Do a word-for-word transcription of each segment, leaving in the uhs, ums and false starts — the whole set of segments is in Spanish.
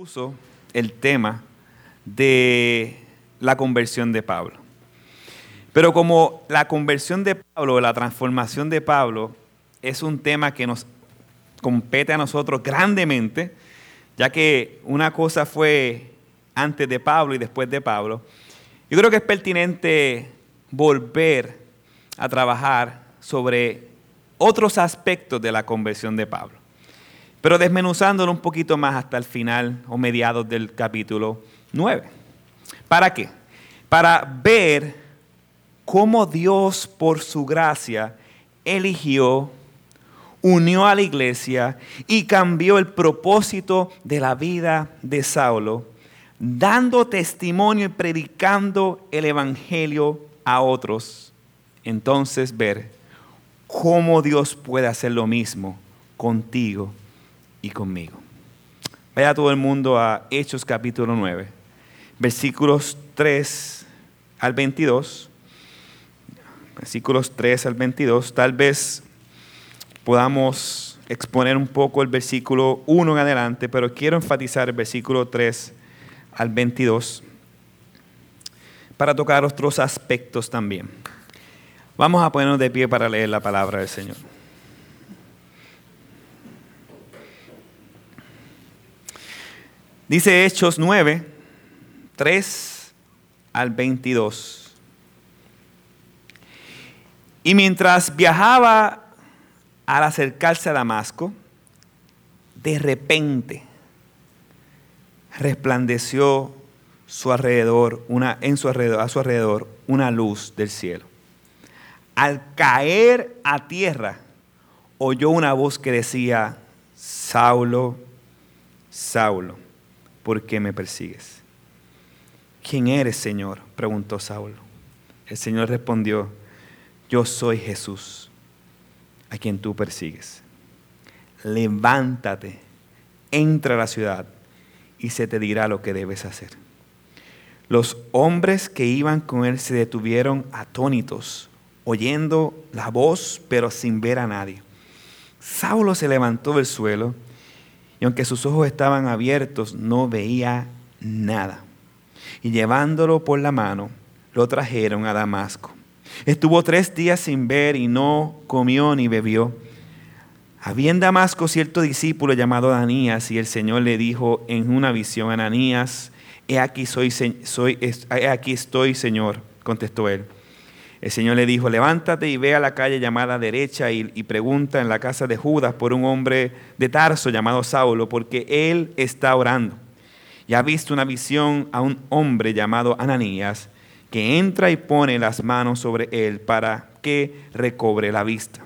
propuso el tema de la conversión de Pablo. Pero como la conversión de Pablo, la transformación de Pablo, es un tema que nos compete a nosotros grandemente, ya que una cosa fue antes de Pablo y después de Pablo, yo creo que es pertinente volver a trabajar sobre otros aspectos de la conversión de Pablo, pero desmenuzándolo un poquito más hasta el final o mediados del capítulo nueve. ¿Para qué? Para ver cómo Dios, por su gracia, eligió, unió a la iglesia y cambió el propósito de la vida de Saulo, dando testimonio y predicando el evangelio a otros. Entonces ver cómo Dios puede hacer lo mismo contigo y conmigo. Vaya todo el mundo a Hechos capítulo nueve, versículos tres al veintidós. Versículos tres al veintidós. Tal vez podamos exponer un poco el versículo uno en adelante, pero quiero enfatizar el versículo tres al veintidós para tocar otros aspectos también. Vamos a ponernos de pie para leer la palabra del Señor. Dice Hechos nueve, tres al veintidós. Y mientras viajaba al acercarse a Damasco, de repente resplandeció su alrededor, una, en su alrededor, a su alrededor una luz del cielo. Al caer a tierra, oyó una voz que decía: Saulo, Saulo, ¿por qué me persigues? ¿Quién eres, Señor?, preguntó Saulo. El Señor respondió: yo soy Jesús, a quien tú persigues. Levántate, entra a la ciudad y se te dirá lo que debes hacer. Los hombres que iban con él se detuvieron atónitos, oyendo la voz, pero sin ver a nadie. Saulo se levantó del suelo y aunque sus ojos estaban abiertos, no veía nada. Y llevándolo por la mano, lo trajeron a Damasco. Estuvo tres días sin ver y no comió ni bebió. Había en Damasco cierto discípulo llamado Ananías, y el Señor le dijo en una visión: Ananías, he aquí, soy, soy, he aquí estoy, Señor, contestó él. El Señor le dijo: levántate y ve a la calle llamada derecha y, y pregunta en la casa de Judas por un hombre de Tarso llamado Saulo, porque él está orando. Y ha visto una visión a un hombre llamado Ananías, que entra y pone las manos sobre él para que recobre la vista.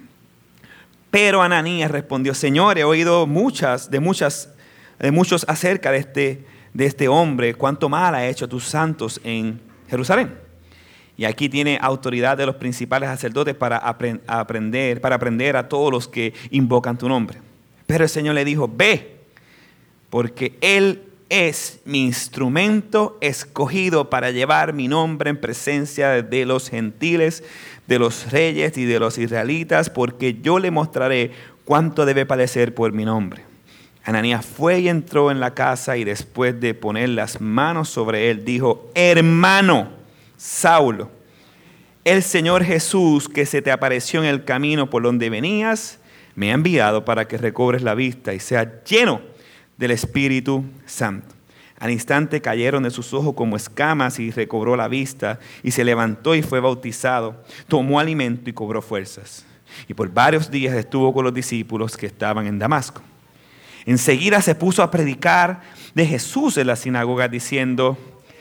Pero Ananías respondió: Señor, he oído muchas, de, muchas, de muchos acerca de este, de este hombre, cuánto mal ha hecho a tus santos en Jerusalén. Y aquí tiene autoridad de los principales sacerdotes para aprender, para aprender a todos los que invocan tu nombre. Pero el Señor le dijo: ve, porque él es mi instrumento escogido para llevar mi nombre en presencia de los gentiles, de los reyes y de los israelitas, porque yo le mostraré cuánto debe padecer por mi nombre. Ananías fue y entró en la casa, y después de poner las manos sobre él, dijo: hermano Saulo, el Señor Jesús, que se te apareció en el camino por donde venías, me ha enviado para que recobres la vista y seas lleno del Espíritu Santo. Al instante cayeron de sus ojos como escamas y recobró la vista, y se levantó y fue bautizado, tomó alimento y cobró fuerzas. Y por varios días estuvo con los discípulos que estaban en Damasco. Enseguida se puso a predicar de Jesús en la sinagoga, diciendo: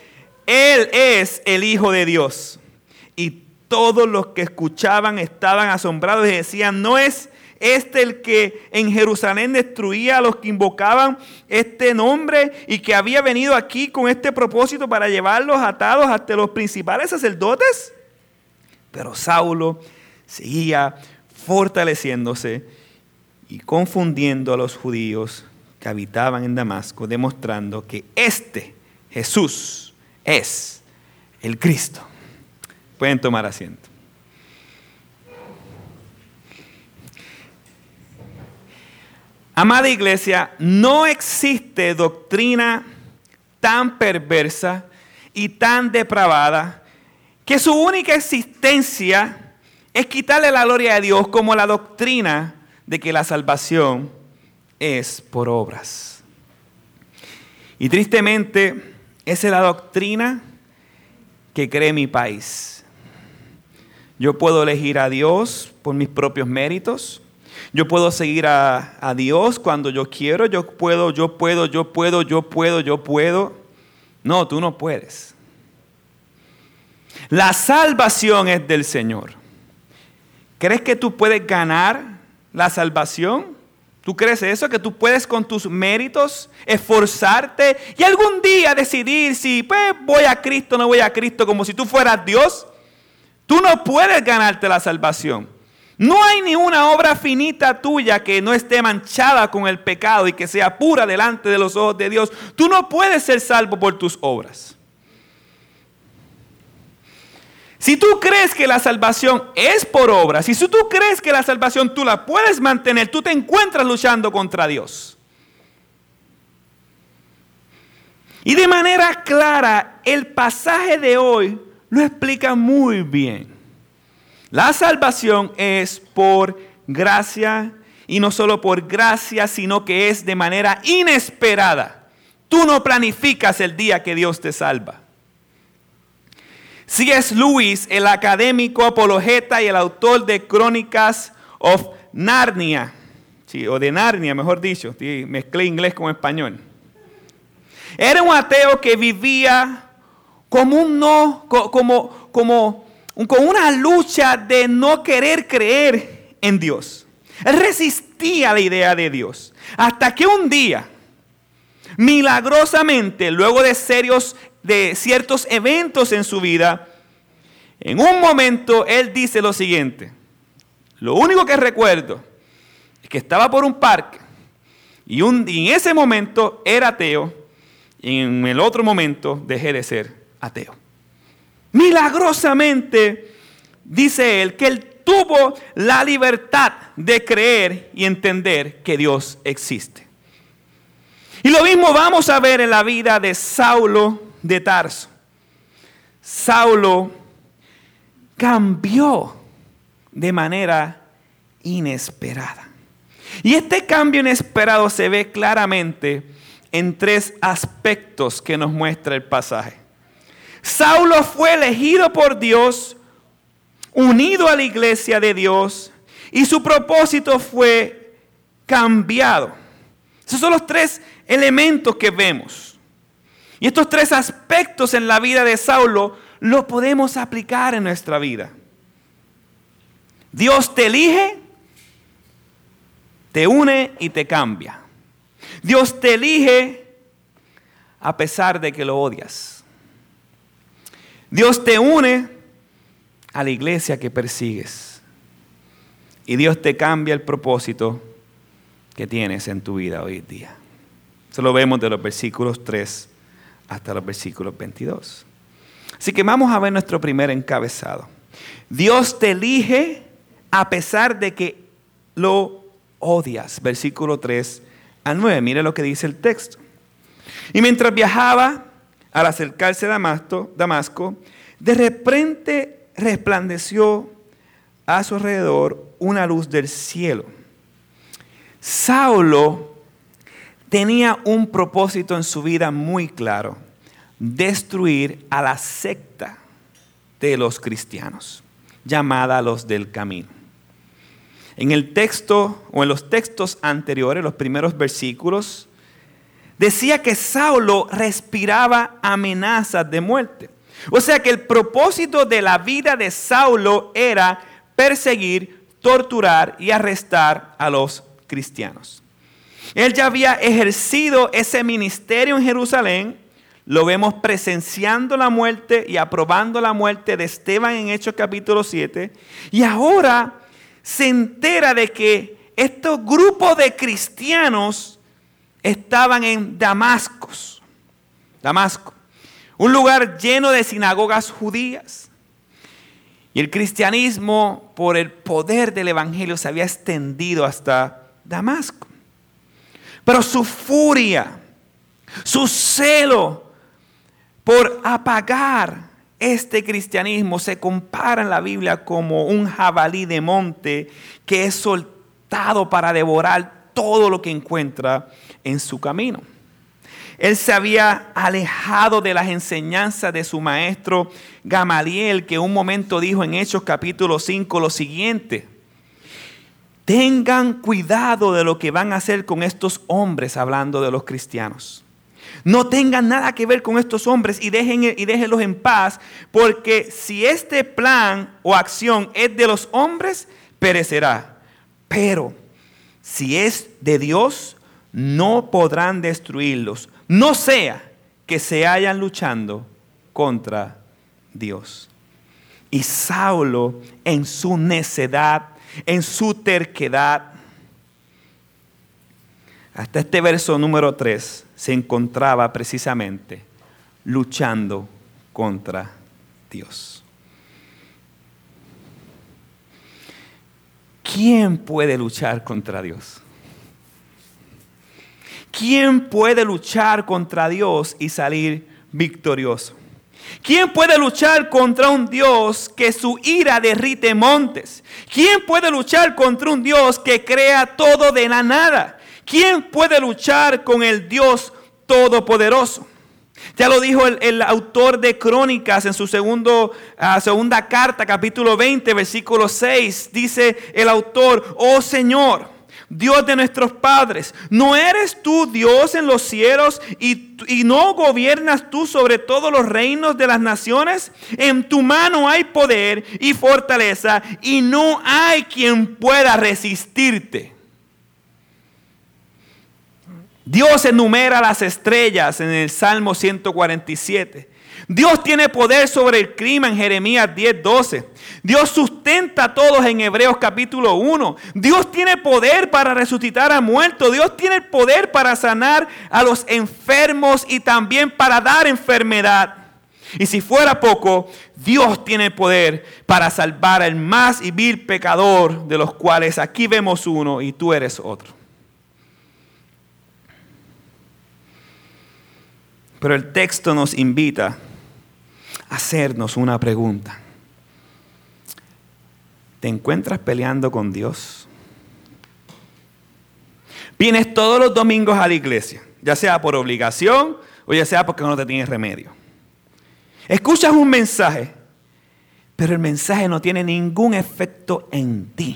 Él es el Hijo de Dios. Y todos los que escuchaban estaban asombrados y decían: ¿no es este el que en Jerusalén destruía a los que invocaban este nombre y que había venido aquí con este propósito para llevarlos atados hasta los principales sacerdotes? Pero Saulo seguía fortaleciéndose y confundiendo a los judíos que habitaban en Damasco, demostrando que este Jesús es el Cristo. Pueden tomar asiento. Amada iglesia, no existe doctrina tan perversa y tan depravada que su única existencia es quitarle la gloria a Dios, como la doctrina de que la salvación es por obras. Y tristemente, esa es la doctrina que cree mi país. Yo puedo elegir a Dios por mis propios méritos. Yo puedo seguir a, a Dios cuando yo quiero. Yo puedo, yo puedo, yo puedo, yo puedo, yo puedo. No, tú no puedes. La salvación es del Señor. ¿Crees que tú puedes ganar la salvación? ¿Tú crees eso? ¿Que tú puedes con tus méritos esforzarte y algún día decidir si pues, voy a Cristo o no voy a Cristo, como si tú fueras Dios? Tú no puedes ganarte la salvación. No hay ni una obra finita tuya que no esté manchada con el pecado y que sea pura delante de los ojos de Dios. Tú no puedes ser salvo por tus obras. Si tú crees que la salvación es por obras, si tú crees que la salvación tú la puedes mantener, tú te encuentras luchando contra Dios. Y de manera clara, el pasaje de hoy lo explica muy bien. La salvación es por gracia, y no solo por gracia, sino que es de manera inesperada. Tú no planificas el día que Dios te salva. C S Lewis, el académico apologeta y el autor de Crónicas of Narnia, sí, o de Narnia, mejor dicho, sí, mezclé inglés con español. Era un ateo que vivía como un no, como, como, con una lucha de no querer creer en Dios. Él resistía a la idea de Dios, hasta que un día, milagrosamente, luego de serios de ciertos eventos en su vida, en un momento él dice lo siguiente: lo único que recuerdo es que estaba por un parque y, un, y en ese momento era ateo y en el otro momento dejé de ser ateo. Milagrosamente, dice él, que él tuvo la libertad de creer y entender que Dios existe. Y lo mismo vamos a ver en la vida de Saulo de Tarso. Saulo cambió de manera inesperada. Y este cambio inesperado se ve claramente en tres aspectos que nos muestra el pasaje. Saulo fue elegido por Dios, unido a la iglesia de Dios, y su propósito fue cambiado. Esos son los tres elementos que vemos. Y estos tres aspectos en la vida de Saulo los podemos aplicar en nuestra vida. Dios te elige, te une y te cambia. Dios te elige a pesar de que lo odias. Dios te une a la iglesia que persigues. Y Dios te cambia el propósito que tienes en tu vida hoy día. Eso lo vemos de los versículos tres hasta los versículos veintidós. Así que vamos a ver nuestro primer encabezado. Dios te elige a pesar de que lo odias. Versículo tres al nueve. Mire lo que dice el texto. Y mientras viajaba, al acercarse a Damasco, Damasco, de repente resplandeció a su alrededor una luz del cielo. Saulo tenía un propósito en su vida muy claro: destruir a la secta de los cristianos, llamada los del camino. En el texto o en los textos anteriores, los primeros versículos, decía que Saulo respiraba amenazas de muerte. O sea que el propósito de la vida de Saulo era perseguir, torturar y arrestar a los cristianos. Él ya había ejercido ese ministerio en Jerusalén. Lo vemos presenciando la muerte y aprobando la muerte de Esteban en Hechos capítulo siete. Y ahora se entera de que estos grupos de cristianos estaban en Damasco. Damasco, un lugar lleno de sinagogas judías. Y el cristianismo, por el poder del evangelio, se había extendido hasta Damasco. Pero su furia, su celo por apagar este cristianismo se compara en la Biblia como un jabalí de monte que es soltado para devorar todo lo que encuentra en su camino. Él se había alejado de las enseñanzas de su maestro Gamaliel, que un momento dijo en Hechos capítulo cinco lo siguiente: tengan cuidado de lo que van a hacer con estos hombres, hablando de los cristianos. No tengan nada que ver con estos hombres y, dejen, y déjenlos en paz, porque si este plan o acción es de los hombres, perecerá. Pero si es de Dios, no podrán destruirlos, no sea que se hayan luchando contra Dios. Y Saulo, en su necedad, en su terquedad, hasta este verso número tres, se encontraba precisamente luchando contra Dios. ¿Quién puede luchar contra Dios? ¿Quién puede luchar contra Dios y salir victorioso? ¿Quién puede luchar contra un Dios que su ira derrite montes? ¿Quién puede luchar contra un Dios que crea todo de la nada? ¿Quién puede luchar con el Dios todopoderoso? Ya lo dijo el, el autor de Crónicas en su segundo, uh, segunda carta, capítulo veinte, versículo seis. Dice el autor: oh Señor, Dios de nuestros padres, ¿no eres tú Dios en los cielos y, y no gobiernas tú sobre todos los reinos de las naciones? En tu mano hay poder y fortaleza y no hay quien pueda resistirte. Dios enumera las estrellas en el Salmo ciento cuarenta y siete. Dios tiene poder sobre el clima en Jeremías diez doce. Dios sustenta a todos en Hebreos capítulo uno. Dios tiene poder para resucitar a muertos. Dios tiene el poder para sanar a los enfermos y también para dar enfermedad. Y si fuera poco, Dios tiene el poder para salvar al más y vil pecador, de los cuales aquí vemos uno y tú eres otro. Pero el texto nos invita a hacernos una pregunta. ¿Te encuentras peleando con Dios? Vienes todos los domingos a la iglesia, ya sea por obligación o ya sea porque no te tienes remedio. Escuchas un mensaje, pero el mensaje no tiene ningún efecto en ti.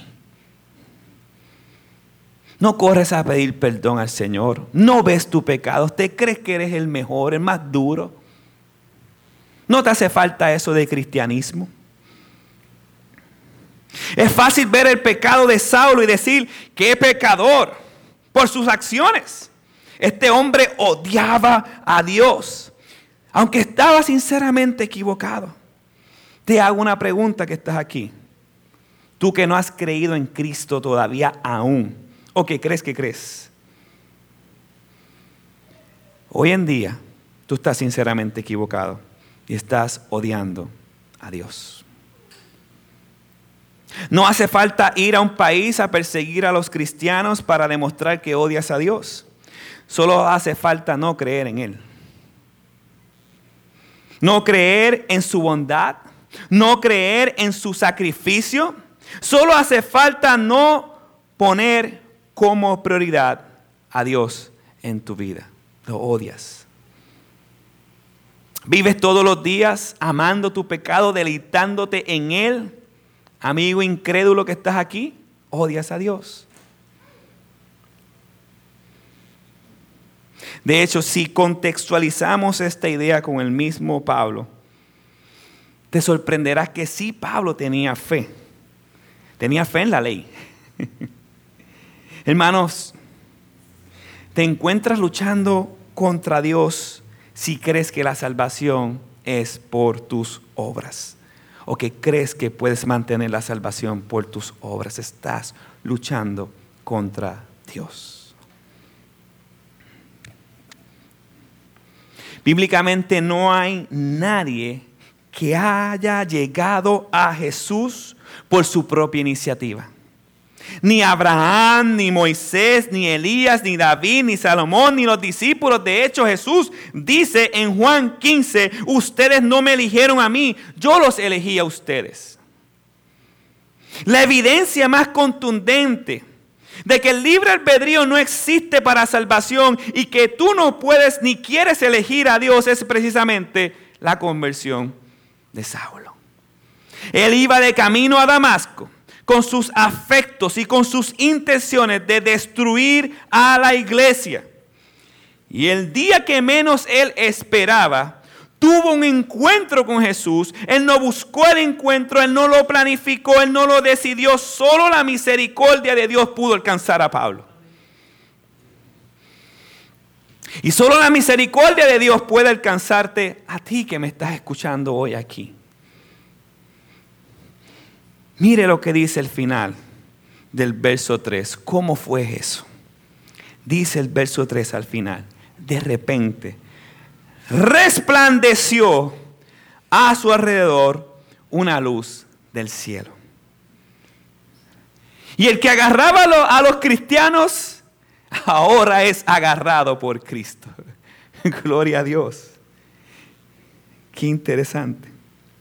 No corres a pedir perdón al Señor. No ves tu pecado. ¿Te crees que eres el mejor, el más duro? ¿No te hace falta eso de cristianismo? Es fácil ver el pecado de Saulo y decir: ¡qué pecador! Por sus acciones. Este hombre odiaba a Dios, aunque estaba sinceramente equivocado. Te hago una pregunta que estás aquí. Tú que no has creído en Cristo todavía aún, ¿o que crees que crees? Hoy en día, tú estás sinceramente equivocado y estás odiando a Dios. No hace falta ir a un país a perseguir a los cristianos para demostrar que odias a Dios. Solo hace falta no creer en Él. No creer en su bondad, no creer en su sacrificio. Solo hace falta no poner como prioridad a Dios en tu vida. Lo odias. Vives todos los días amando tu pecado, deleitándote en Él. Amigo incrédulo que estás aquí, odias a Dios. De hecho, si contextualizamos esta idea con el mismo Pablo, te sorprenderás que sí, Pablo tenía fe. Tenía fe en la ley. Hermanos, te encuentras luchando contra Dios si crees que la salvación es por tus obras, o que crees que puedes mantener la salvación por tus obras. Estás luchando contra Dios. Bíblicamente no hay nadie que haya llegado a Jesús por su propia iniciativa. Ni Abraham, ni Moisés, ni Elías, ni David, ni Salomón, ni los discípulos. De hecho, Jesús dice en Juan quince, ustedes no me eligieron a mí, yo los elegí a ustedes. La evidencia más contundente de que el libre albedrío no existe para salvación y que tú no puedes ni quieres elegir a Dios es precisamente la conversión de Saulo. Él iba de camino a Damasco con sus afectos y con sus intenciones de destruir a la iglesia. Y el día que menos él esperaba, tuvo un encuentro con Jesús. Él no buscó el encuentro, él no lo planificó, él no lo decidió. Solo la misericordia de Dios pudo alcanzar a Pablo. Y solo la misericordia de Dios puede alcanzarte a ti que me estás escuchando hoy aquí. Mire lo que dice el final del verso tres. ¿Cómo fue eso? Dice el verso tres al final. De repente, resplandeció a su alrededor una luz del cielo. Y el que agarraba a los cristianos, ahora es agarrado por Cristo. Gloria a Dios. Qué interesante.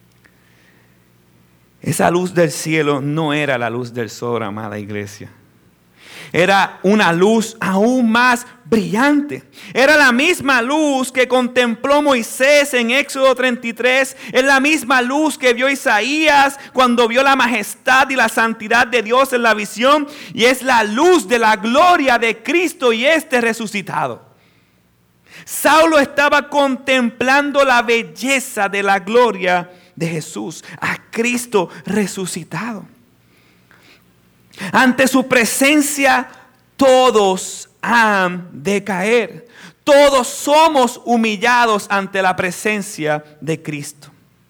Esa luz del cielo no era la luz del sol, amada iglesia. Era una luz aún más brillante. Era la misma luz que contempló Moisés en Éxodo treinta y tres. Es la misma luz que vio Isaías cuando vio la majestad y la santidad de Dios en la visión. Y es la luz de la gloria de Cristo y este resucitado. Saulo estaba contemplando la belleza de la gloria de Jesús, a Cristo resucitado. Ante su presencia todos han de caer. Todos somos humillados ante la presencia de Cristo.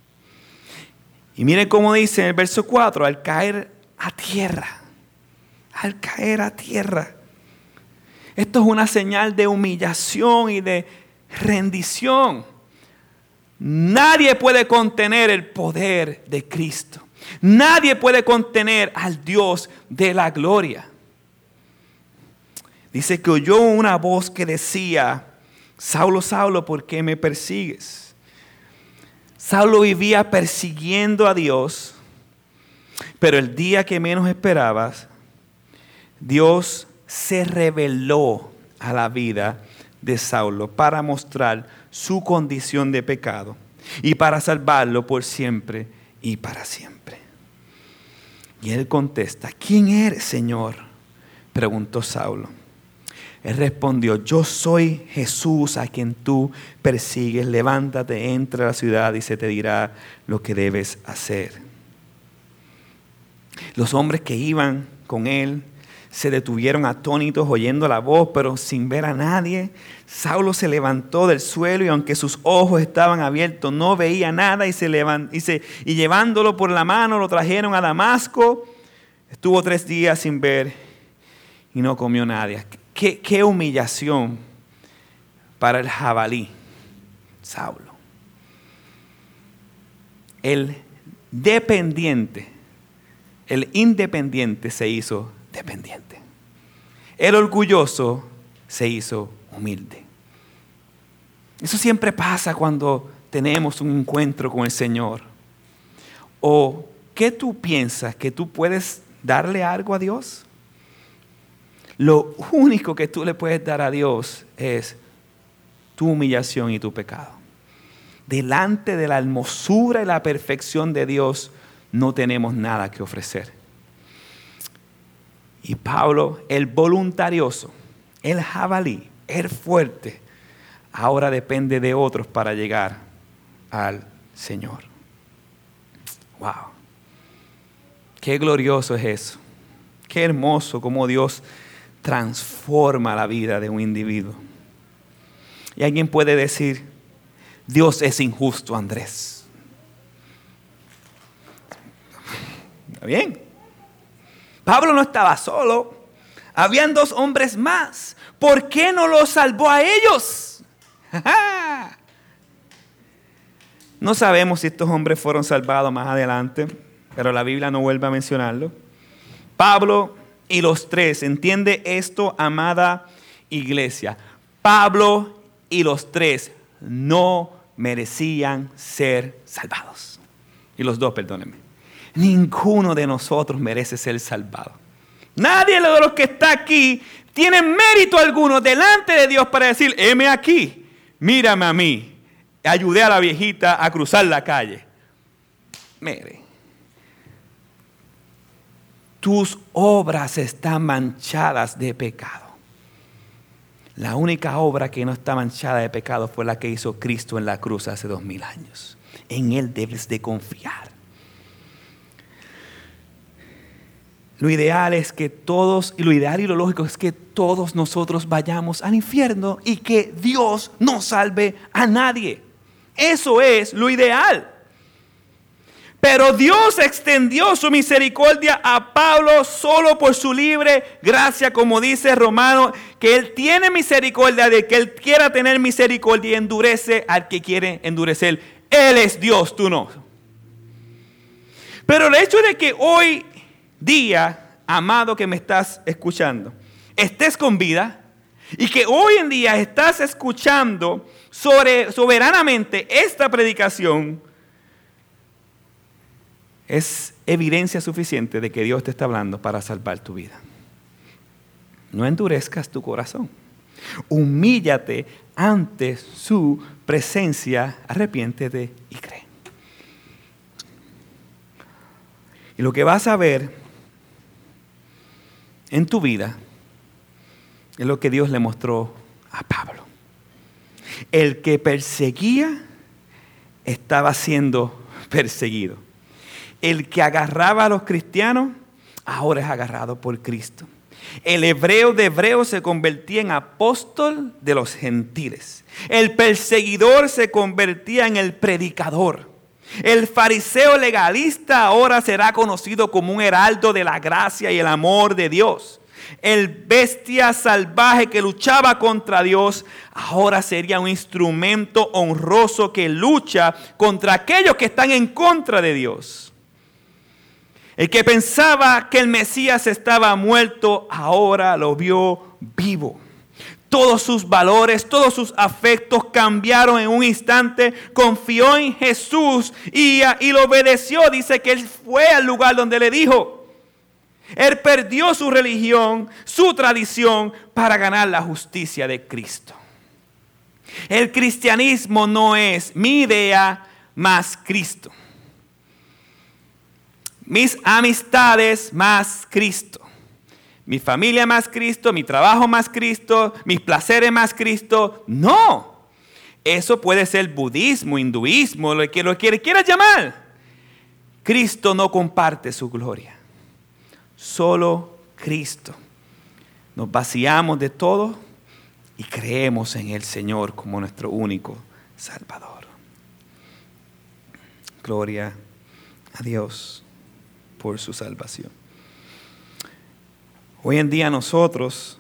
Y miren cómo dice en el verso cuatro, al caer a tierra, al caer a tierra. Esto es una señal de humillación y de rendición. Nadie puede contener el poder de Cristo. Nadie puede contener al Dios de la gloria. Dice que oyó una voz que decía, Saulo, Saulo, ¿por qué me persigues? Saulo vivía persiguiendo a Dios, pero el día que menos esperabas, Dios se reveló a la vida de Saulo para mostrar su condición de pecado y para salvarlo por siempre y para siempre. Y él contesta, ¿quién eres, Señor?, preguntó Saulo. Él respondió, yo soy Jesús a quien tú persigues. Levántate, entra a la ciudad y se te dirá lo que debes hacer. Los hombres que iban con él se detuvieron atónitos oyendo la voz, pero sin ver a nadie. Saulo se levantó del suelo y aunque sus ojos estaban abiertos, no veía nada y, se levant- y, se, y llevándolo por la mano lo trajeron a Damasco. Estuvo tres días sin ver y no comió nada. Qué, qué humillación para el jabalí, Saulo. El dependiente, el independiente se hizo dependiente. El orgulloso se hizo humilde. Eso siempre pasa cuando tenemos un encuentro con el Señor. ¿O qué tú piensas? ¿Que tú puedes darle algo a Dios? Lo único que tú le puedes dar a Dios es tu humillación y tu pecado. Delante de la hermosura y la perfección de Dios no tenemos nada que ofrecer. Y Pablo, el voluntarioso, el jabalí, el fuerte, ahora depende de otros para llegar al Señor. Wow. Qué glorioso es eso. Qué hermoso cómo Dios transforma la vida de un individuo. Y alguien puede decir, Dios es injusto, Andrés. ¿Está bien? Pablo no estaba solo. Habían dos hombres más. ¿Por qué no los salvó a ellos? No sabemos si estos hombres fueron salvados más adelante, pero la Biblia no vuelve a mencionarlo. Pablo y los tres, entiende esto, amada iglesia, Pablo y los tres no merecían ser salvados. Y los dos, perdónenme. Ninguno de nosotros merece ser salvado. Nadie de los que está aquí tiene mérito alguno delante de Dios para decir, heme aquí, mírame a mí. Ayudé a la viejita a cruzar la calle. Mire, tus obras están manchadas de pecado. La única obra que no está manchada de pecado fue la que hizo Cristo en la cruz hace dos mil años. En Él debes de confiar. Lo ideal es que todos, y lo ideal y lo lógico es que todos nosotros vayamos al infierno y que Dios no salve a nadie. Eso es lo ideal. Pero Dios extendió su misericordia a Pablo solo por su libre gracia, como dice Romano, que Él tiene misericordia de que Él quiera tener misericordia y endurece al que quiere endurecer. Él es Dios, tú no. Pero el hecho de que hoy día, amado que me estás escuchando, estés con vida y que hoy en día estás escuchando sobre, soberanamente esta predicación, es evidencia suficiente de que Dios te está hablando para salvar tu vida. No endurezcas tu corazón. Humíllate ante su presencia, arrepiéntete y cree. Y lo que vas a ver en tu vida es lo que Dios le mostró a Pablo. El que perseguía estaba siendo perseguido. El que agarraba a los cristianos ahora es agarrado por Cristo. El hebreo de hebreos se convertía en apóstol de los gentiles. El perseguidor se convertía en el predicador. El fariseo legalista ahora será conocido como un heraldo de la gracia y el amor de Dios. El bestia salvaje que luchaba contra Dios ahora sería un instrumento honroso que lucha contra aquellos que están en contra de Dios. El que pensaba que el Mesías estaba muerto, ahora lo vio vivo. Todos sus valores, todos sus afectos cambiaron en un instante. Confió en Jesús y, y lo obedeció. Dice que él fue al lugar donde le dijo. Él perdió su religión, su tradición, para ganar la justicia de Cristo. El cristianismo no es mi idea más Cristo. Mis amistades más Cristo. Mi familia más Cristo, mi trabajo más Cristo, mis placeres más Cristo. No. Eso puede ser budismo, hinduismo, lo que lo que quieras llamar. Cristo no comparte su gloria. Solo Cristo. Nos vaciamos de todo y creemos en el Señor como nuestro único Salvador. Gloria a Dios por su salvación. Hoy en día nosotros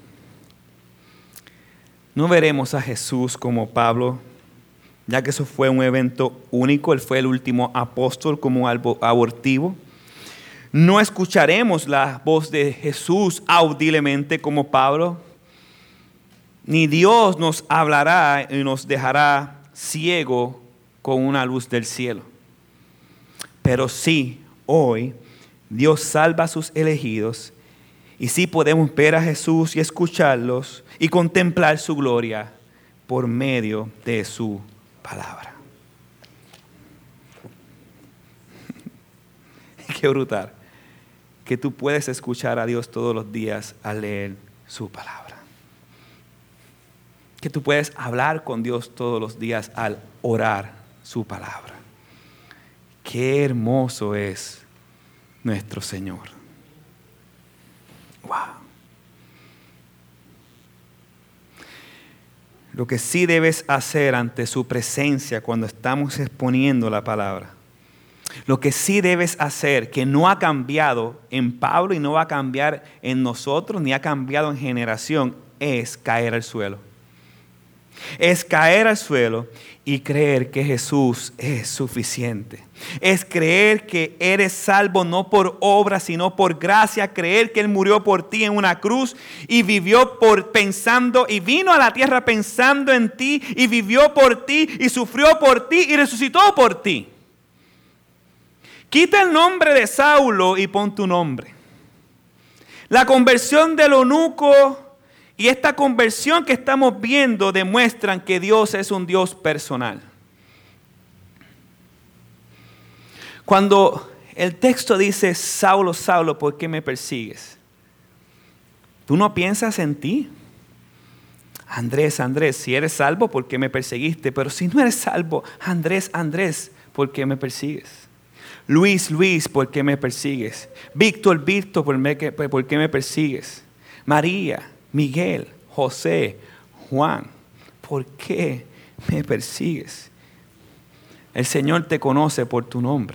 no veremos a Jesús como Pablo, ya que eso fue un evento único. Él fue el último apóstol como algo abortivo. No escucharemos la voz de Jesús audiblemente como Pablo, ni Dios nos hablará y nos dejará ciego con una luz del cielo. Pero sí, hoy Dios salva a sus elegidos y sí podemos ver a Jesús y escucharlos y contemplar su gloria por medio de su palabra. Qué brutal que tú puedes escuchar a Dios todos los días al leer su palabra. Que tú puedes hablar con Dios todos los días al orar su palabra. Qué hermoso es nuestro Señor. Wow. Lo que sí debes hacer ante su presencia cuando estamos exponiendo la palabra, lo que sí debes hacer, que no ha cambiado en Pablo y no va a cambiar en nosotros, ni ha cambiado en generación, es caer al suelo. Es caer al suelo y creer que Jesús es suficiente. Es creer que eres salvo no por obra, sino por gracia. Creer que Él murió por ti en una cruz y vivió por pensando y vino a la tierra pensando en ti y vivió por ti y sufrió por ti y resucitó por ti. Quita el nombre de Saulo y pon tu nombre. La conversión del eunuco y esta conversión que estamos viendo demuestran que Dios es un Dios personal. Cuando el texto dice, Saulo, Saulo, ¿por qué me persigues? ¿Tú no piensas en ti? Andrés, Andrés, si eres salvo, ¿por qué me perseguiste? Pero si no eres salvo, Andrés, Andrés, ¿por qué me persigues? Luis, Luis, ¿por qué me persigues? Víctor, Víctor, ¿por qué me persigues? María, Miguel, José, Juan, ¿por qué me persigues? El Señor te conoce por tu nombre.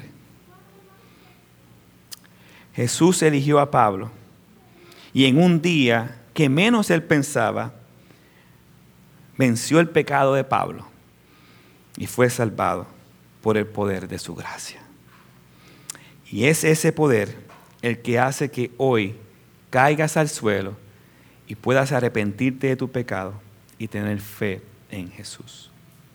Jesús eligió a Pablo y en un día que menos él pensaba, venció el pecado de Pablo y fue salvado por el poder de su gracia. Y es ese poder el que hace que hoy caigas al suelo y puedas arrepentirte de tu pecado y tener fe en Jesús.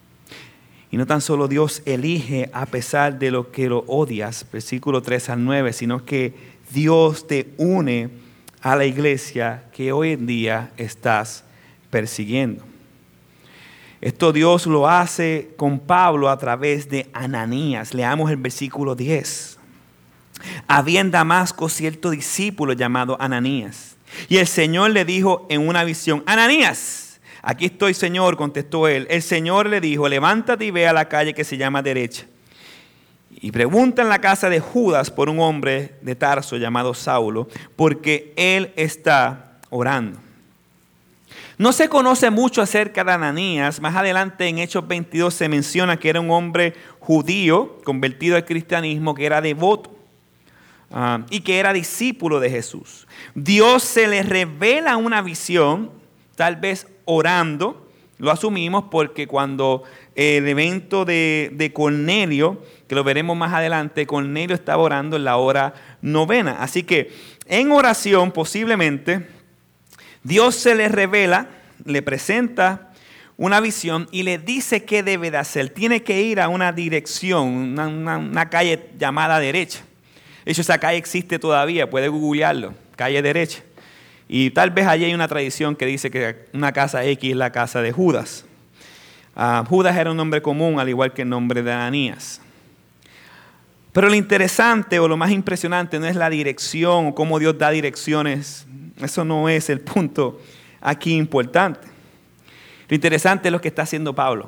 Y no tan solo Dios elige a pesar de lo que lo odias, versículo tres al nueve, sino que Dios te une a la iglesia que hoy en día estás persiguiendo. Esto Dios lo hace con Pablo a través de Ananías. Leamos el versículo diez. Había en Damasco cierto discípulo llamado Ananías. Y el Señor le dijo en una visión, Ananías, aquí estoy, Señor, contestó él. El Señor le dijo, levántate y ve a la calle que se llama Derecha. Y pregunta en la casa de Judas por un hombre de Tarso llamado Saulo, porque él está orando. No se conoce mucho acerca de Ananías. Más adelante en Hechos veintidós se menciona que era un hombre judío convertido al cristianismo, que era devoto uh, y que era discípulo de Jesús. Dios se le revela una visión, tal vez orando, lo asumimos porque cuando el evento de, de Cornelio, que lo veremos más adelante, Cornelio estaba orando en la hora novena. Así que en oración posiblemente Dios se le revela, le presenta una visión y le dice qué debe de hacer. Tiene que ir a una dirección, una, una, una calle llamada Derecha. De hecho, esa calle existe todavía, puede googlearlo, calle Derecha. Y tal vez allí hay una tradición que dice que una casa X es la casa de Judas. Uh, Judas era un nombre común, al igual que el nombre de Ananías. Pero lo interesante o lo más impresionante no es la dirección o cómo Dios da direcciones. Eso no es el punto aquí importante. Lo interesante es lo que está haciendo Pablo.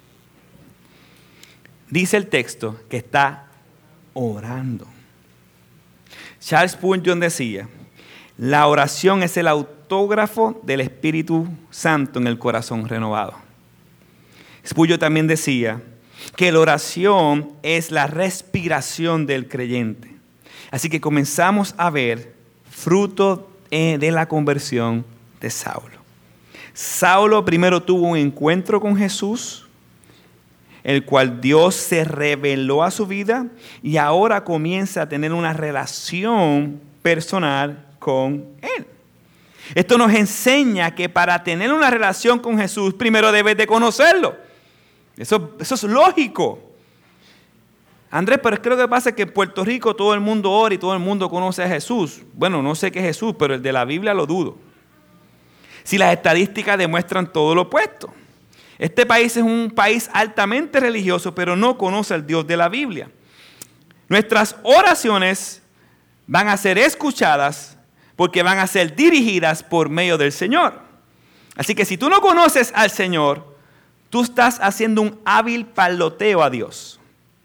Dice el texto que está orando. Charles Spurgeon decía, la oración es el autógrafo del Espíritu Santo en el corazón renovado. Spurgeon también decía que la oración es la respiración del creyente. Así que comenzamos a ver fruto de la conversión de Saulo. Saulo primero tuvo un encuentro con Jesús, el cual Dios se reveló a su vida y ahora comienza a tener una relación personal con Él. Esto nos enseña que para tener una relación con Jesús, primero debes de conocerlo. Eso, eso es lógico. Andrés, pero es que lo que pasa es que en Puerto Rico todo el mundo ora y todo el mundo conoce a Jesús. Bueno, no sé qué es Jesús, pero el de la Biblia lo dudo. Si las estadísticas demuestran todo lo opuesto. Este país es un país altamente religioso, pero no conoce al Dios de la Biblia. Nuestras oraciones van a ser escuchadas porque van a ser dirigidas por medio del Señor. Así que si tú no conoces al Señor, tú estás haciendo un hábil paloteo a Dios.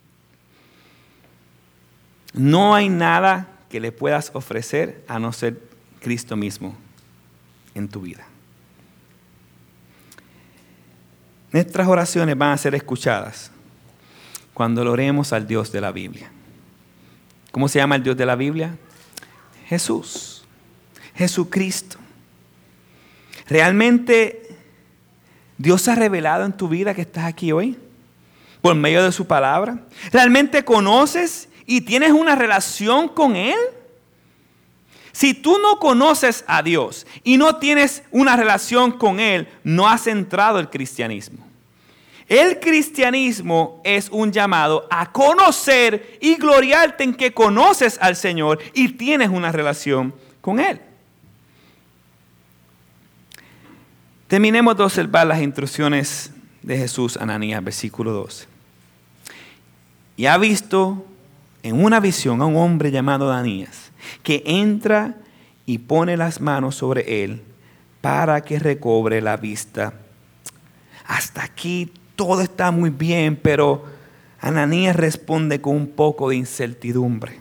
No hay nada que le puedas ofrecer a no ser Cristo mismo en tu vida. Nuestras oraciones van a ser escuchadas cuando le oremos al Dios de la Biblia. ¿Cómo se llama el Dios de la Biblia? Jesús, Jesucristo. Realmente ¿Dios se ha revelado en tu vida que estás aquí hoy? Por medio de su palabra. ¿Realmente conoces y tienes una relación con Él? Si tú no conoces a Dios y no tienes una relación con Él, no has entrado al cristianismo. El cristianismo es un llamado a conocer y gloriarte en que conoces al Señor y tienes una relación con Él. Terminemos de observar las instrucciones de Jesús a Ananías, versículo doce. Y ha visto en una visión a un hombre llamado Ananías, que entra y pone las manos sobre él para que recobre la vista. Hasta aquí todo está muy bien, pero Ananías responde con un poco de incertidumbre.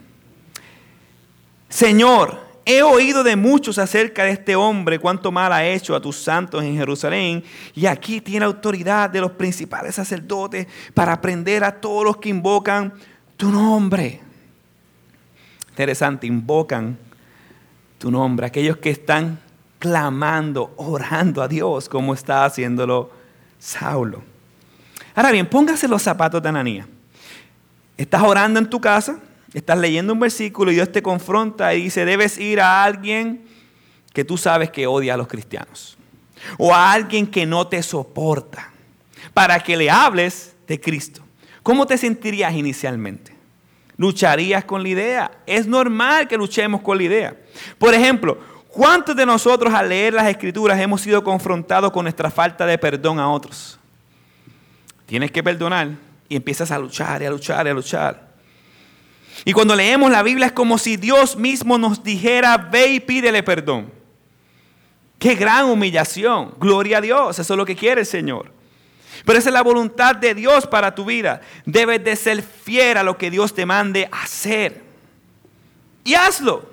Señor, he oído de muchos acerca de este hombre, cuánto mal ha hecho a tus santos en Jerusalén, y aquí tiene autoridad de los principales sacerdotes para prender a todos los que invocan tu nombre. Interesante, invocan tu nombre, aquellos que están clamando, orando a Dios, como está haciéndolo Saulo. Ahora bien, póngase los zapatos de Ananías. Estás orando en tu casa, estás leyendo un versículo y Dios te confronta y dice, debes ir a alguien que tú sabes que odia a los cristianos. O a alguien que no te soporta, para que le hables de Cristo. ¿Cómo te sentirías inicialmente? ¿Lucharías con la idea? Es normal que luchemos con la idea. Por ejemplo, ¿cuántos de nosotros al leer las Escrituras hemos sido confrontados con nuestra falta de perdón a otros? Tienes que perdonar y empiezas a luchar y a luchar y a luchar. Y cuando leemos la Biblia es como si Dios mismo nos dijera, ve y pídele perdón. ¡Qué gran humillación! Gloria a Dios, eso es lo que quiere el Señor. Pero esa es la voluntad de Dios para tu vida. Debes de ser fiel a lo que Dios te mande hacer. Y hazlo.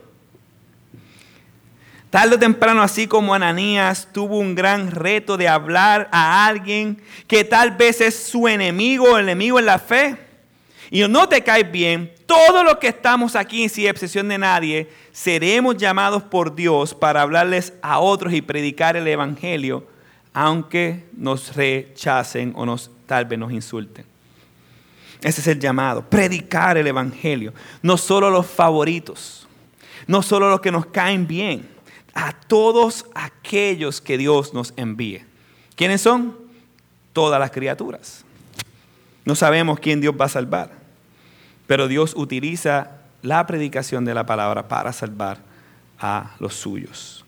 Tarde o temprano, así como Ananías tuvo un gran reto de hablar a alguien que tal vez es su enemigo o enemigo en la fe, y no te cae bien, todos los que estamos aquí, sin excepción de nadie, seremos llamados por Dios para hablarles a otros y predicar el evangelio, aunque nos rechacen o nos, tal vez nos insulten. Ese es el llamado, predicar el evangelio. No solo los favoritos, no solo los que nos caen bien, a todos aquellos que Dios nos envíe. ¿Quiénes son? Todas las criaturas. No sabemos quién Dios va a salvar, pero Dios utiliza la predicación de la palabra para salvar a los suyos.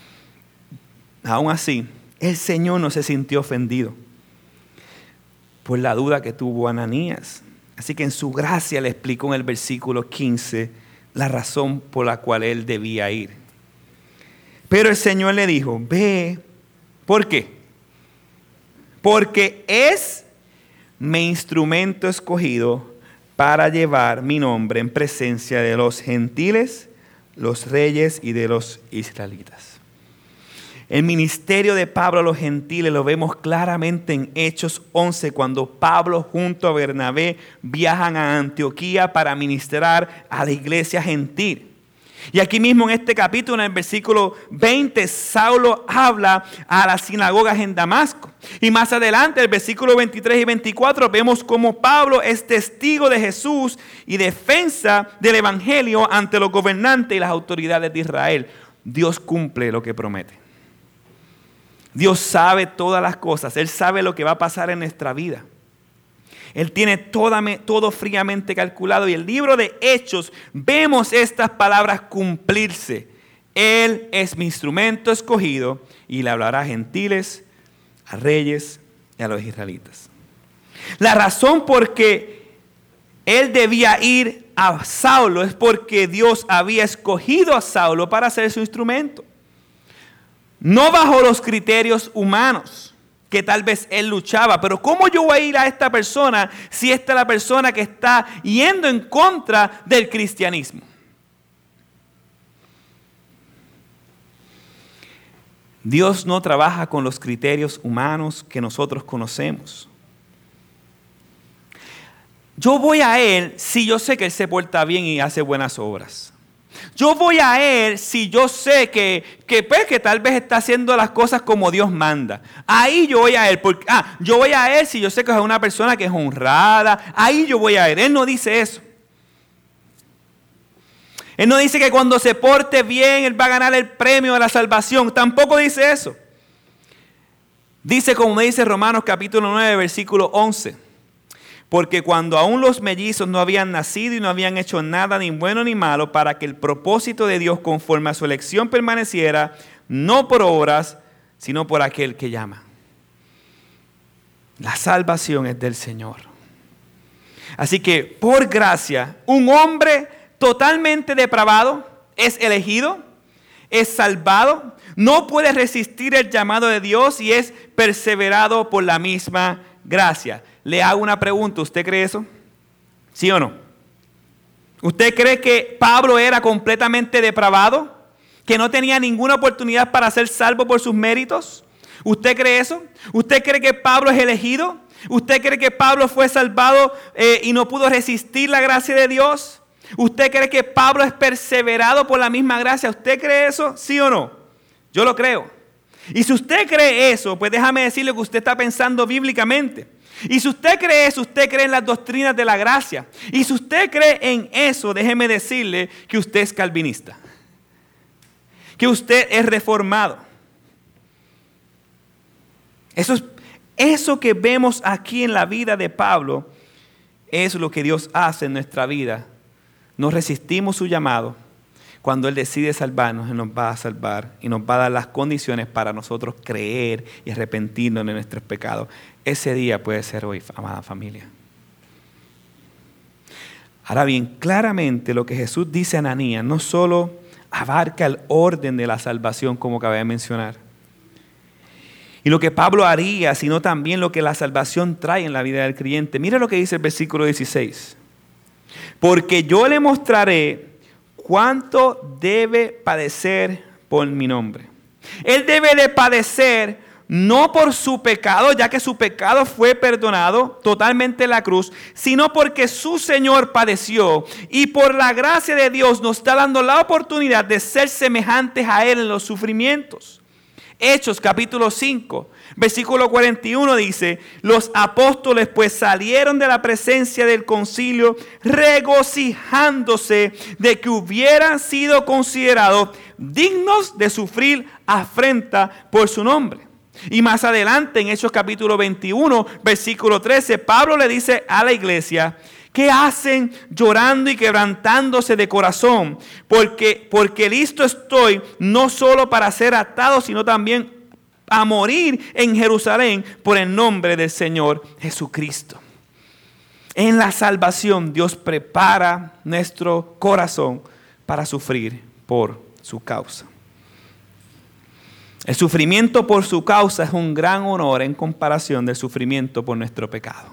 Aún así, el Señor no se sintió ofendido por la duda que tuvo Ananías. Así que en su gracia le explicó en el versículo quince la razón por la cual él debía ir. Pero el Señor le dijo, ve, ¿por qué? Porque es mi instrumento escogido para llevar mi nombre en presencia de los gentiles, los reyes y de los israelitas. El ministerio de Pablo a los gentiles lo vemos claramente en Hechos once, cuando Pablo junto a Bernabé viajan a Antioquía para ministrar a la iglesia gentil. Y aquí mismo en este capítulo, en el versículo veinte, Saulo habla a las sinagogas en Damasco. Y más adelante, el versículo veintitrés y veinticuatro, vemos cómo Pablo es testigo de Jesús y defensa del evangelio ante los gobernantes y las autoridades de Israel. Dios cumple lo que promete. Dios sabe todas las cosas. Él sabe lo que va a pasar en nuestra vida. Él tiene toda, todo fríamente calculado. Y en el libro de Hechos vemos estas palabras cumplirse. Él es mi instrumento escogido y le hablará a gentiles, a reyes y a los israelitas. La razón por que él debía ir a Saulo es porque Dios había escogido a Saulo para ser su instrumento. No bajo los criterios humanos que tal vez él luchaba. Pero ¿cómo yo voy a ir a esta persona si esta es la persona que está yendo en contra del cristianismo? Dios no trabaja con los criterios humanos que nosotros conocemos. Yo voy a Él si yo sé que Él se porta bien y hace buenas obras. Yo voy a Él si yo sé que, que, pues, que tal vez está haciendo las cosas como Dios manda. Ahí yo voy a Él. Porque, ah, yo voy a Él si yo sé que es una persona que es honrada. Ahí yo voy a Él. Él no dice eso. Él no dice que cuando se porte bien Él va a ganar el premio de la salvación. Tampoco dice eso. Dice como dice Romanos capítulo nueve, versículo once. Porque cuando aún los mellizos no habían nacido y no habían hecho nada ni bueno ni malo, para que el propósito de Dios conforme a su elección permaneciera, no por obras, sino por aquel que llama. La salvación es del Señor. Así que por gracia, un hombre totalmente depravado es elegido, es salvado, no puede resistir el llamado de Dios y es perseverado por la misma gracia. Le hago una pregunta, ¿usted cree eso? ¿Sí o no? ¿Usted cree que Pablo era completamente depravado? ¿Que no tenía ninguna oportunidad para ser salvo por sus méritos? ¿Usted cree eso? ¿Usted cree que Pablo es elegido? ¿Usted cree que Pablo fue salvado eh, y no pudo resistir la gracia de Dios? ¿Usted cree que Pablo es perseverado por la misma gracia? ¿Usted cree eso? ¿Sí o no? Yo lo creo. Y si usted cree eso, pues déjame decirle que usted está pensando bíblicamente. Y si usted cree eso, usted cree en las doctrinas de la gracia. Y si usted cree en eso, déjeme decirle que usted es calvinista. Que usted es reformado. Eso, es, eso que vemos aquí en la vida de Pablo es lo que Dios hace en nuestra vida. No resistimos su llamado. Cuando Él decide salvarnos, Él nos va a salvar y nos va a dar las condiciones para nosotros creer y arrepentirnos de nuestros pecados. Ese día puede ser hoy, amada familia. Ahora bien, claramente lo que Jesús dice a Ananías no solo abarca el orden de la salvación, como acabé de mencionar, y lo que Pablo haría, sino también lo que la salvación trae en la vida del creyente. Mira lo que dice el versículo dieciséis. Porque yo le mostraré cuánto debe padecer por mi nombre. Él debe de padecer no por su pecado, ya que su pecado fue perdonado totalmente en la cruz, sino porque su Señor padeció y por la gracia de Dios nos está dando la oportunidad de ser semejantes a Él en los sufrimientos. Hechos capítulo cinco, versículo cuarenta y uno dice: los apóstoles pues salieron de la presencia del concilio regocijándose de que hubieran sido considerados dignos de sufrir afrenta por su nombre. Y más adelante en Hechos capítulo veintiuno, versículo trece, Pablo le dice a la iglesia: ¿qué hacen llorando y quebrantándose de corazón? Porque, porque listo estoy no solo para ser atado, sino también a morir en Jerusalén por el nombre del Señor Jesucristo. En la salvación Dios prepara nuestro corazón para sufrir por su causa. El sufrimiento por su causa es un gran honor en comparación del sufrimiento por nuestro pecado.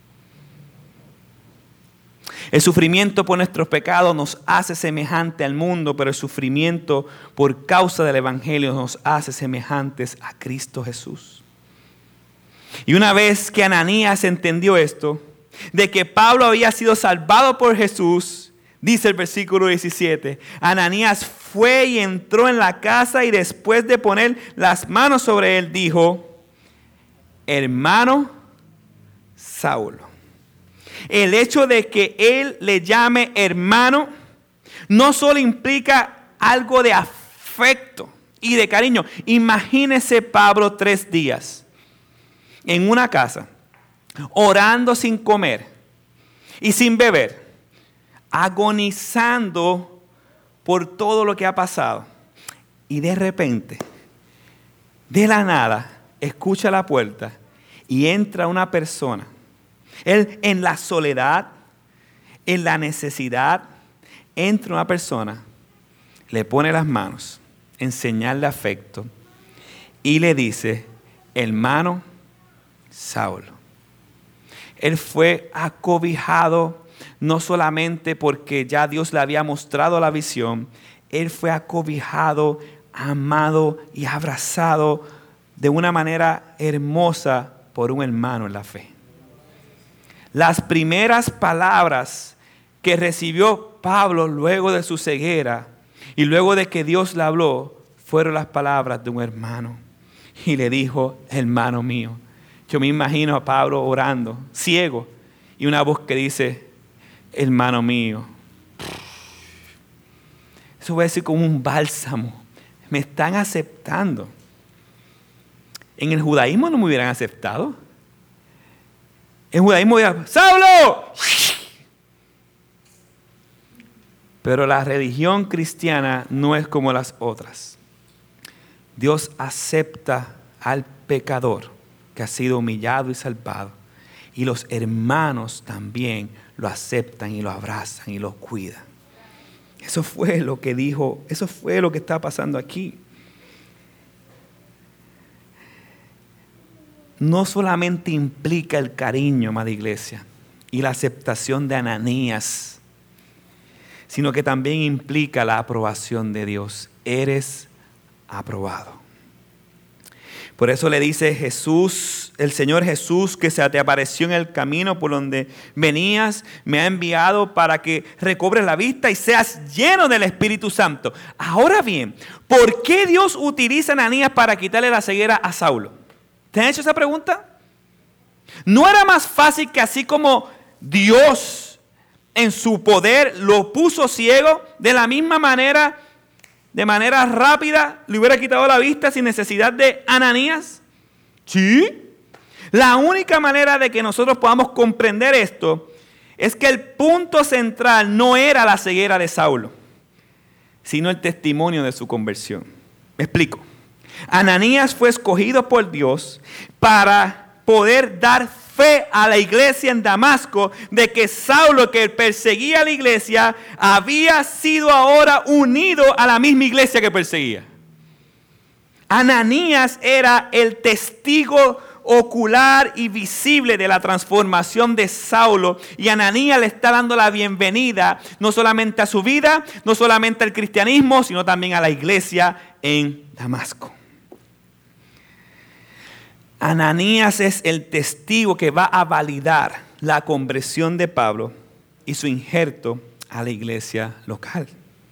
El sufrimiento por nuestros pecados nos hace semejante al mundo, pero el sufrimiento por causa del Evangelio nos hace semejantes a Cristo Jesús. Y una vez que Ananías entendió esto, de que Pablo había sido salvado por Jesús, dice el versículo diecisiete, Ananías fue y entró en la casa y después de poner las manos sobre él dijo: hermano Saulo. El hecho de que él le llame hermano no solo implica algo de afecto y de cariño. Imagínese Pablo tres días en una casa, orando sin comer y sin beber, agonizando por todo lo que ha pasado. Y de repente, de la nada, escucha la puerta y entra una persona. Él en la soledad, en la necesidad, entra una persona, le pone las manos en señal de afecto y le dice: hermano Saulo. Él fue acobijado no solamente porque ya Dios le había mostrado la visión, él fue acobijado, amado y abrazado de una manera hermosa por un hermano en la fe. Las primeras palabras que recibió Pablo luego de su ceguera Y luego de que Dios le habló, fueron las palabras de un hermano. Y le dijo, hermano mío. Yo me imagino a Pablo orando, ciego, y una voz que dice, hermano mío. Eso va a ser como un bálsamo. Me están aceptando. En el judaísmo no me hubieran aceptado. En el judaísmo hubieran, ¡Saulo! Pero la religión cristiana no es como las otras. Dios acepta al pecador que ha sido humillado y salvado. Y los hermanos también lo aceptan y lo abrazan y lo cuidan. Eso fue lo que dijo, eso fue lo que está pasando aquí. No solamente implica el cariño, amada iglesia, y la aceptación de Ananías, sino que también implica la aprobación de Dios. Eres aprobado. Por eso le dice Jesús, el Señor Jesús, que se te apareció en el camino por donde venías, me ha enviado para que recobres la vista y seas lleno del Espíritu Santo. Ahora bien, ¿por qué Dios utiliza a Ananías para quitarle la ceguera a Saulo? ¿Te han hecho esa pregunta? ¿No era más fácil que así como Dios en su poder lo puso ciego, de la misma manera, de manera rápida, le hubiera quitado la vista sin necesidad de Ananías? Sí. La única manera de que nosotros podamos comprender esto es que el punto central no era la ceguera de Saulo, sino el testimonio de su conversión. Me explico. Ananías fue escogido por Dios para poder dar fe a la iglesia en Damasco de que Saulo, que perseguía a la iglesia, había sido ahora unido a la misma iglesia que perseguía. Ananías era el testigo ocular y visible de la transformación de Saulo, y Ananías le está dando la bienvenida no solamente a su vida, no solamente al cristianismo, sino también a la iglesia en Damasco. Ananías es el testigo que va a validar la conversión de Pablo y su injerto a la iglesia local.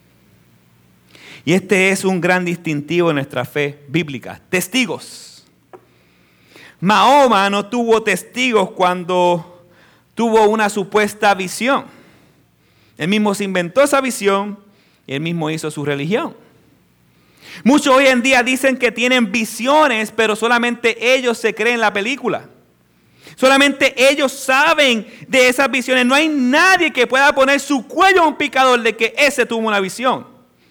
Y este es un gran distintivo de nuestra fe bíblica. Testigos. Mahoma no tuvo testigos cuando tuvo una supuesta visión. Él mismo se inventó esa visión y él mismo hizo su religión. Muchos hoy en día dicen que tienen visiones, pero solamente ellos se creen la película. Solamente ellos saben de esas visiones. No hay nadie que pueda poner su cuello a un picador de que ese tuvo una visión.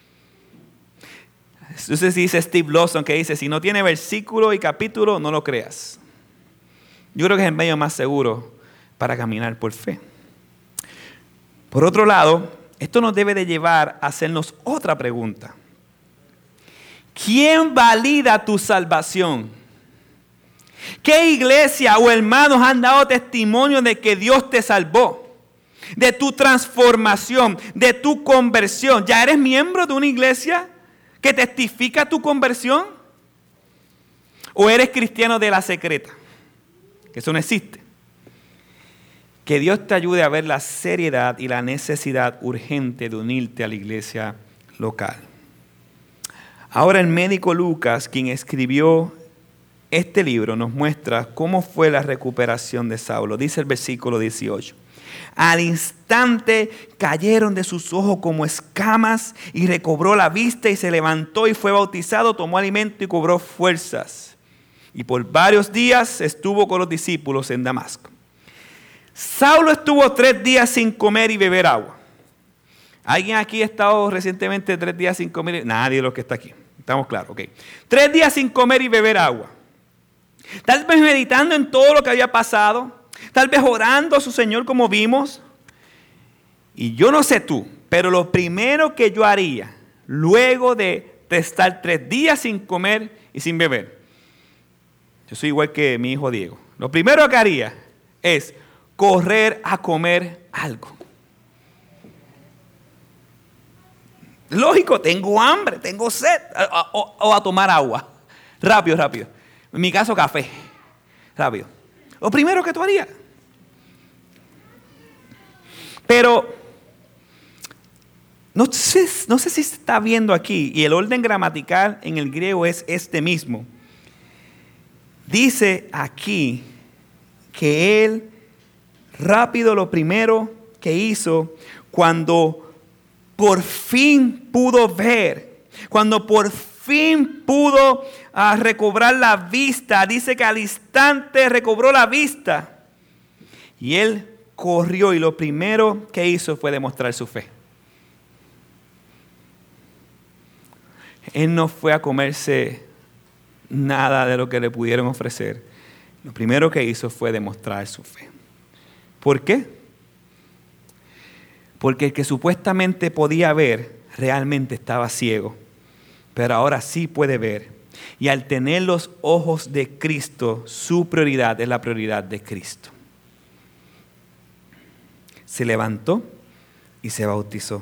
No sé si dice Steve Lawson, que dice, si no tiene versículo y capítulo, no lo creas. Yo creo que es el medio más seguro para caminar por fe. Por otro lado, esto nos debe de llevar a hacernos otra pregunta. ¿Quién valida tu salvación? ¿Qué iglesia o hermanos han dado testimonio de que Dios te salvó? De tu transformación, de tu conversión. ¿Ya eres miembro de una iglesia que testifica tu conversión? ¿O eres cristiano de la secreta? Que eso no existe. Que Dios te ayude a ver la seriedad y la necesidad urgente de unirte a la iglesia local. Ahora el médico Lucas, quien escribió este libro, nos muestra cómo fue la recuperación de Saulo. Dice el versículo dieciocho. Al instante cayeron de sus ojos como escamas y recobró la vista y se levantó y fue bautizado, tomó alimento y cobró fuerzas. Y por varios días estuvo con los discípulos en Damasco. Saulo estuvo tres días sin comer y beber agua. ¿Alguien aquí ha estado recientemente tres días sin comer? Nadie de los que está aquí. Estamos claros, ok. Tres días sin comer y beber agua. Tal vez meditando en todo lo que había pasado. Tal vez orando a su Señor como vimos. Y yo no sé tú, pero lo primero que yo haría, luego de, de estar tres días sin comer y sin beber. Yo soy igual que mi hijo Diego. Lo primero que haría es correr a comer algo. Lógico, tengo hambre, tengo sed, o, o, o a tomar agua. Rápido, rápido. En mi caso, café. Rápido. Lo primero que tú harías. Pero No sé, no sé si se está viendo aquí, y el orden gramatical en el griego es este mismo. Dice aquí que él rápido lo primero que hizo cuando por fin pudo ver, cuando por fin pudo uh, recobrar la vista, dice que al instante recobró la vista y él corrió y lo primero que hizo fue demostrar su fe. Él no fue a comerse nada de lo que le pudieron ofrecer. Lo primero que hizo fue demostrar su fe. ¿Por qué? Porque el que supuestamente podía ver realmente estaba ciego, pero ahora sí puede ver. Y al tener los ojos de Cristo, su prioridad es la prioridad de Cristo. Se levantó y se bautizó.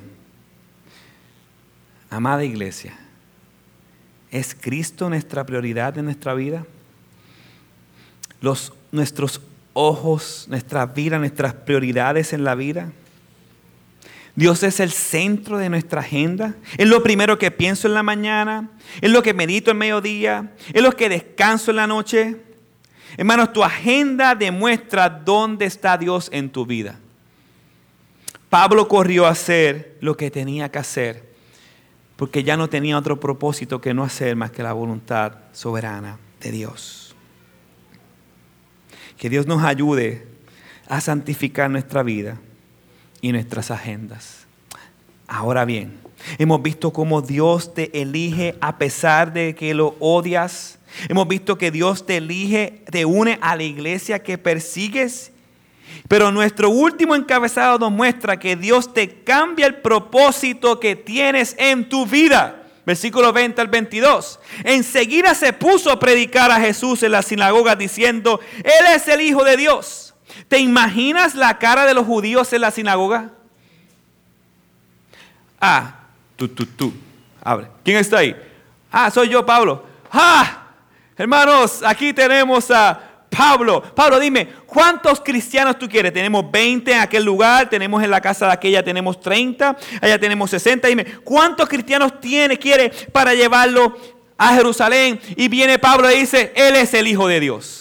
Amada iglesia, ¿es Cristo nuestra prioridad en nuestra vida? Los, nuestros ojos, nuestra vida, nuestras prioridades en la vida. Dios es el centro de nuestra agenda. Es lo primero que pienso en la mañana. Es lo que medito en mediodía. Es lo que descanso en la noche. Hermanos, tu agenda demuestra dónde está Dios en tu vida. Pablo corrió a hacer lo que tenía que hacer, porque ya no tenía otro propósito que no hacer más que la voluntad soberana de Dios. Que Dios nos ayude a santificar nuestra vida y nuestras agendas. Ahora bien, hemos visto cómo Dios te elige a pesar de que lo odias. Hemos visto que Dios te elige, te une a la iglesia que persigues. Pero nuestro último encabezado nos muestra que Dios te cambia el propósito que tienes en tu vida. Versículo veinte al veintidós. Enseguida se puso a predicar a Jesús en la sinagoga diciendo: Él es el Hijo de Dios. ¿Te imaginas la cara de los judíos en la sinagoga? Ah, tú, tú, tú. Abre. ¿Quién está ahí? Ah, soy yo, Pablo. Ah, hermanos, aquí tenemos a Pablo. Pablo, dime, ¿cuántos cristianos tú quieres? Tenemos veinte en aquel lugar, tenemos en la casa de aquella, tenemos treinta, allá tenemos sesenta. Dime, ¿cuántos cristianos tiene, quiere para llevarlo a Jerusalén? Y viene Pablo y dice: Él es el Hijo de Dios.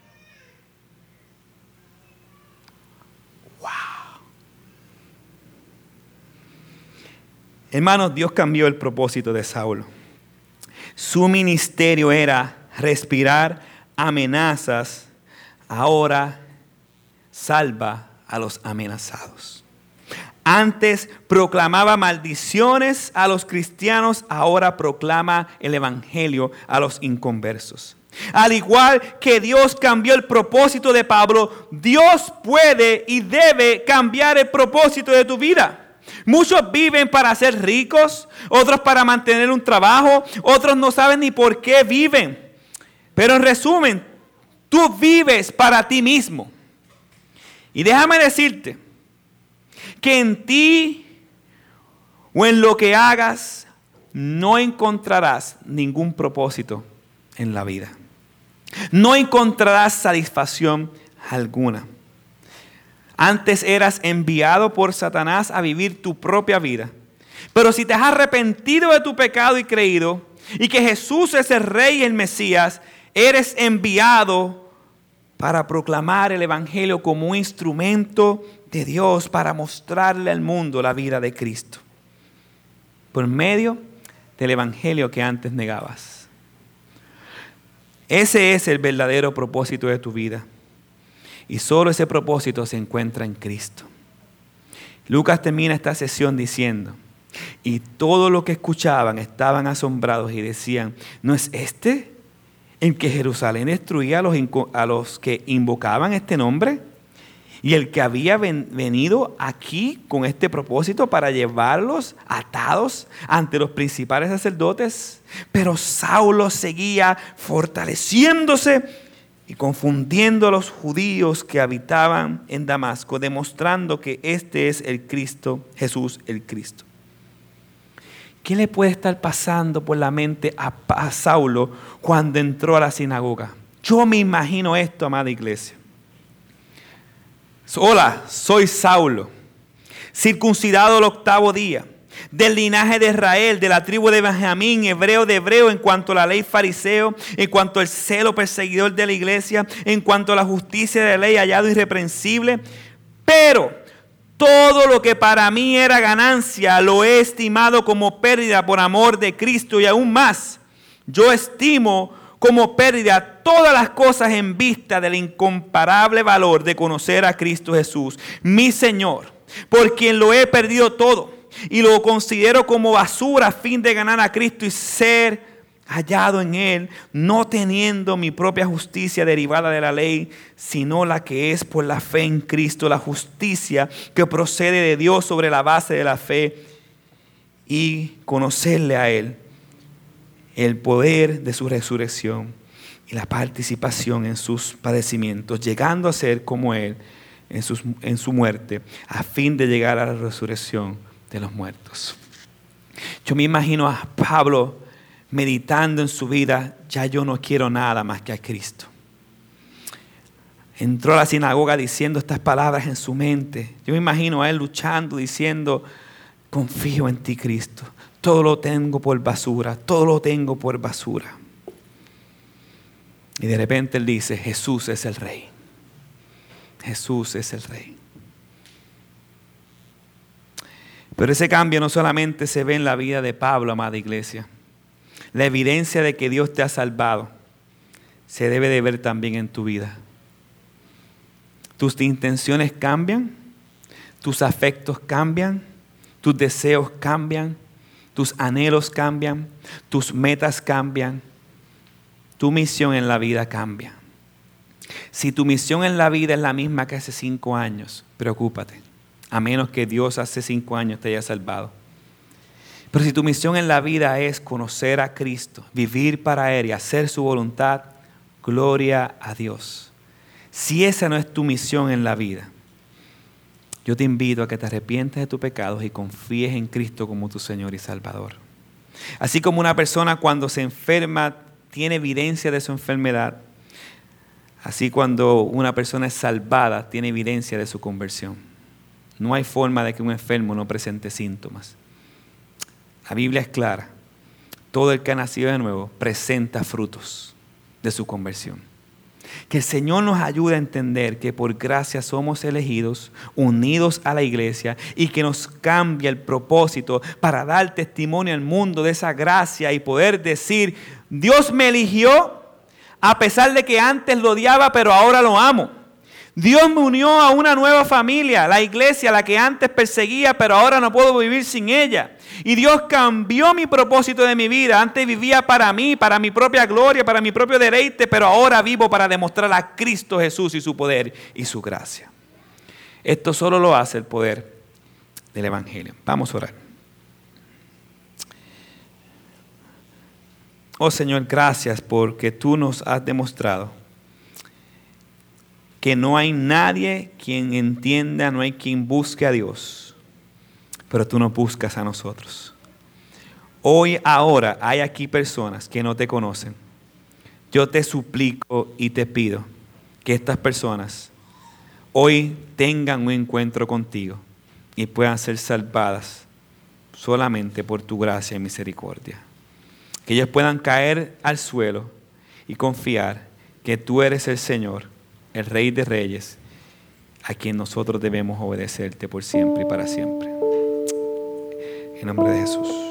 Hermanos, Dios cambió el propósito de Saulo. Su ministerio era respirar amenazas. Ahora salva a los amenazados. Antes proclamaba maldiciones a los cristianos. Ahora proclama el evangelio a los inconversos. Al igual que Dios cambió el propósito de Pablo, Dios puede y debe cambiar el propósito de tu vida. Muchos viven para ser ricos, otros para mantener un trabajo, otros no saben ni por qué viven. Pero en resumen, tú vives para ti mismo. Y déjame decirte que en ti o en lo que hagas no encontrarás ningún propósito en la vida. No encontrarás satisfacción alguna. Antes eras enviado por Satanás a vivir tu propia vida. Pero si te has arrepentido de tu pecado y creído, y que Jesús es el Rey y el Mesías, eres enviado para proclamar el evangelio como un instrumento de Dios para mostrarle al mundo la vida de Cristo. Por medio del evangelio que antes negabas. Ese es el verdadero propósito de tu vida. Y solo ese propósito se encuentra en Cristo. Lucas termina esta sesión diciendo: y todos los que escuchaban estaban asombrados y decían: ¿no es este en que Jerusalén destruía a los, a los que invocaban este nombre? Y el que había ven, venido aquí con este propósito para llevarlos atados ante los principales sacerdotes. Pero Saulo seguía fortaleciéndose y confundiendo a los judíos que habitaban en Damasco, demostrando que este es el Cristo, Jesús el Cristo. ¿Qué le puede estar pasando por la mente a, a Saulo cuando entró a la sinagoga? Yo me imagino esto, amada iglesia. Hola, soy Saulo, circuncidado el octavo día, del linaje de Israel, de la tribu de Benjamín, hebreo de hebreo, en cuanto a la ley fariseo, en cuanto al celo perseguidor de la iglesia, en cuanto a la justicia de la ley hallado irreprensible. Pero todo lo que para mí era ganancia lo he estimado como pérdida por amor de Cristo, y aún más, yo estimo como pérdida todas las cosas en vista del incomparable valor de conocer a Cristo Jesús, mi Señor, por quien lo he perdido todo y lo considero como basura a fin de ganar a Cristo y ser hallado en Él, no teniendo mi propia justicia derivada de la ley, sino la que es por la fe en Cristo, la justicia que procede de Dios sobre la base de la fe, y conocerle a Él, el poder de su resurrección y la participación en sus padecimientos, llegando a ser como Él en, sus, en su muerte, a fin de llegar a la resurrección de los muertos. Yo me imagino a Pablo meditando en su vida: ya yo no quiero nada más que a Cristo. Entró a la sinagoga diciendo estas palabras en su mente. Yo me imagino a él luchando, diciendo: confío en ti, Cristo. Todo lo tengo por basura, todo lo tengo por basura. Y de repente él dice: Jesús es el Rey. Jesús es el Rey. Pero ese cambio no solamente se ve en la vida de Pablo, amada iglesia. La evidencia de que Dios te ha salvado se debe de ver también en tu vida. Tus intenciones cambian, tus afectos cambian, tus deseos cambian, tus anhelos cambian, tus metas cambian, tu misión en la vida cambia. Si tu misión en la vida es la misma que hace cinco años, preocúpate, a menos que Dios hace cinco años te haya salvado. Pero si tu misión en la vida es conocer a Cristo, vivir para Él y hacer su voluntad, gloria a Dios. Si esa no es tu misión en la vida, yo te invito a que te arrepientes de tus pecados y confíes en Cristo como tu Señor y Salvador. Así como una persona cuando se enferma tiene evidencia de su enfermedad, así cuando una persona es salvada tiene evidencia de su conversión. No hay forma de que un enfermo no presente síntomas. La Biblia es clara. Todo el que ha nacido de nuevo presenta frutos de su conversión. Que el Señor nos ayude a entender que por gracia somos elegidos, unidos a la iglesia, y que nos cambie el propósito para dar testimonio al mundo de esa gracia y poder decir: Dios me eligió a pesar de que antes lo odiaba, pero ahora lo amo. Dios me unió a una nueva familia, la iglesia, la que antes perseguía, pero ahora no puedo vivir sin ella. Y Dios cambió mi propósito de mi vida. Antes vivía para mí, para mi propia gloria, para mi propio deleite, pero ahora vivo para demostrar a Cristo Jesús y su poder y su gracia. Esto solo lo hace el poder del Evangelio. Vamos a orar. Oh Señor, gracias porque tú nos has demostrado que no hay nadie quien entienda, no hay quien busque a Dios, pero tú nos buscas a nosotros. Hoy, ahora, hay aquí personas que no te conocen. Yo te suplico y te pido que estas personas hoy tengan un encuentro contigo y puedan ser salvadas solamente por tu gracia y misericordia. Que ellos puedan caer al suelo y confiar que tú eres el Señor, el Rey de Reyes, a quien nosotros debemos obedecerte por siempre y para siempre. En nombre de Jesús.